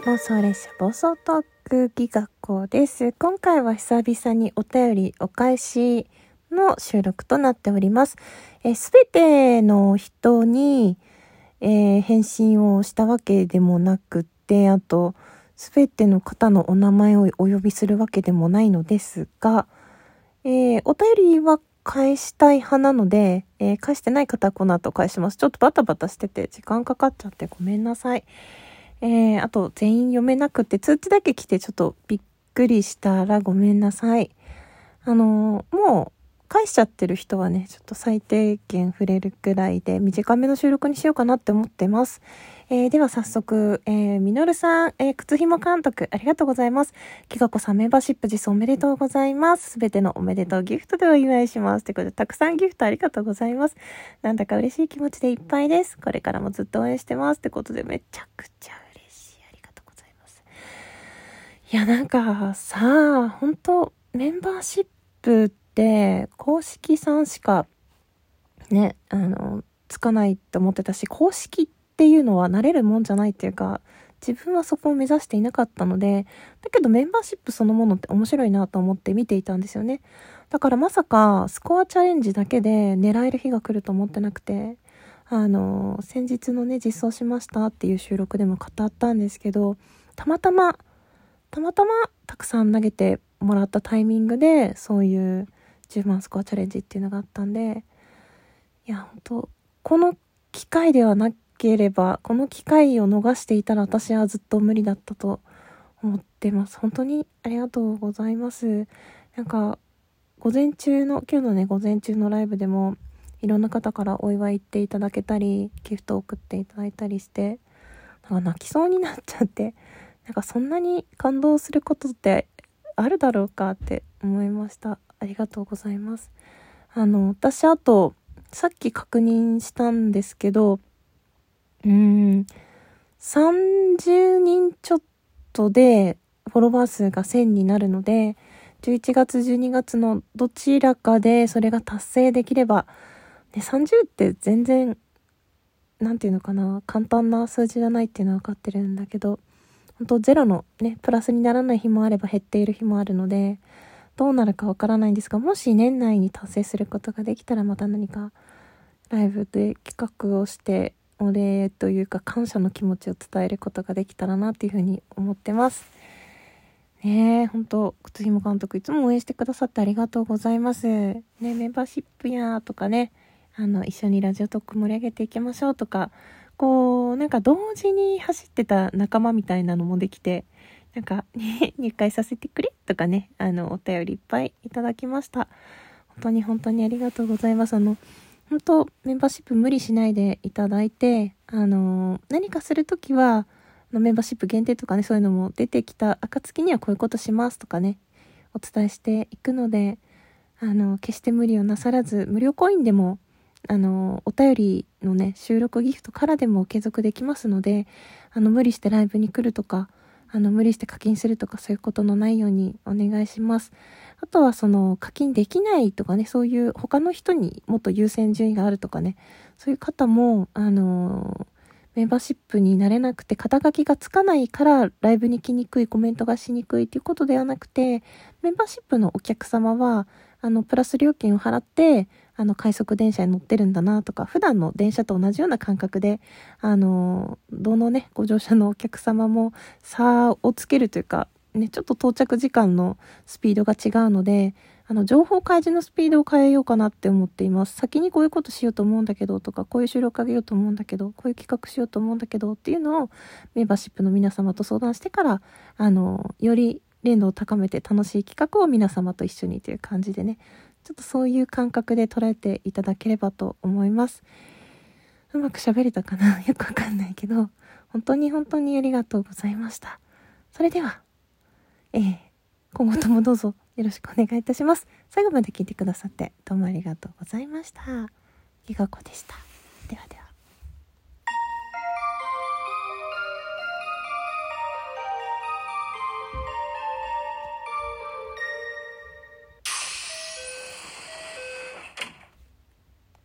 妄想列車暴走トークギガ子です。今回は久々にお便りお返しの収録となっております。すべての人に、返信をしたわけでもなくて、あとすべての方のお名前をお呼びするわけでもないのですが、お便りは返したい派なので、返してない方はこの後返します。ちょっとバタバタしてて時間かかっちゃってごめんなさい。あと全員読めなくて通知だけ来てちょっとびっくりしたらごめんなさい。もう返しちゃってる人はね、ちょっと最低限触れるくらいで短めの収録にしようかなって思ってます。では早速、みのるさん、靴ひも監督ありがとうございます。きがこさんメンバーシップ実装おめでとうございます。すべてのおめでとうギフトでお祝いします。ってことでたくさんギフトありがとうございます。なんだか嬉しい気持ちでいっぱいです。これからもずっと応援してます。ってことでめちゃくちゃ嬉しい。ありがとうございます。いやなんかさ、本当メンバーシップって公式さんしかね、つかないと思ってたし、公式っていうのは慣れるもんじゃないっていうか、自分はそこを目指していなかったので、だけどメンバーシップそのものって面白いなと思って見ていたんですよね。だからまさかスコアチャレンジだけで狙える日が来ると思ってなくて、先日のね、実装しましたっていう収録でも語ったんですけど、たまたまたくさん投げてもらったタイミングで、そういう10万スコアチャレンジっていうのがあったんで、いや、本当この機会ではなければ、この機会を逃していたら私はずっと無理だったと思ってます。本当にありがとうございます。なんか、今日のね、午前中のライブでも、いろんな方からお祝い言っていただけたり、ギフトを送っていただいたりして、なんか泣きそうになっちゃって、なんかそんなに感動することってあるだろうかって思いました。ありがとうございます。私あと、さっき確認したんですけど、30人ちょっとでフォロワー数が1000になるので、11月、12月のどちらかでそれが達成できれば、ね、30って全然、なんていうのかな、簡単な数字じゃないっていうのは分かってるんだけど、本当ゼロのね、プラスにならない日もあれば減っている日もあるので、どうなるかわからないんですが、もし年内に達成することができたらまた何かライブで企画をしてお礼というか感謝の気持ちを伝えることができたらなっていうふうに思ってますね。え本当靴ひも監督いつも応援してくださってありがとうございますね。メンバーシップやとかね、一緒にラジオトーク盛り上げていきましょうとか、こうなんか同時に走ってた仲間みたいなのもできて、なんか入会させてくれとかね、お便りいっぱいいただきました。本当にありがとうございます。本当メンバーシップ無理しないでいただいて、何かするときはメンバーシップ限定とかね、そういうのも出てきた暁にはこういうことしますとかね、お伝えしていくので、決して無理をなさらず、無料コインでもお便りのね、収録ギフトからでも継続できますので、無理してライブに来るとか、無理して課金するとかそういうことのないようにお願いします。あとは課金できないとかね、そういう他の人にもっと優先順位があるとかね、そういう方も、メンバーシップになれなくて肩書きがつかないからライブに来にくい、コメントがしにくいっていうことではなくて、メンバーシップのお客様は、プラス料金を払って、快速電車に乗ってるんだなとか、普段の電車と同じような感覚で、どのね、ご乗車のお客様も差をつけるというか、ね、ちょっと到着時間のスピードが違うので、情報開示のスピードを変えようかなって思っています。先にこういうことしようと思うんだけどとか、こういう収録あげようと思うんだけど、こういう企画しようと思うんだけどっていうのをメンバーシップの皆様と相談してから、より連動を高めて楽しい企画を皆様と一緒にという感じでね、ちょっとそういう感覚で捉えていただければと思います。うまく喋れたかなよくわかんないけど、本当にありがとうございました。それでは、今後ともどうぞよろしくお願いいたします。最後まで聞いてくださってどうもありがとうございました。ギガ子でした。ではでは。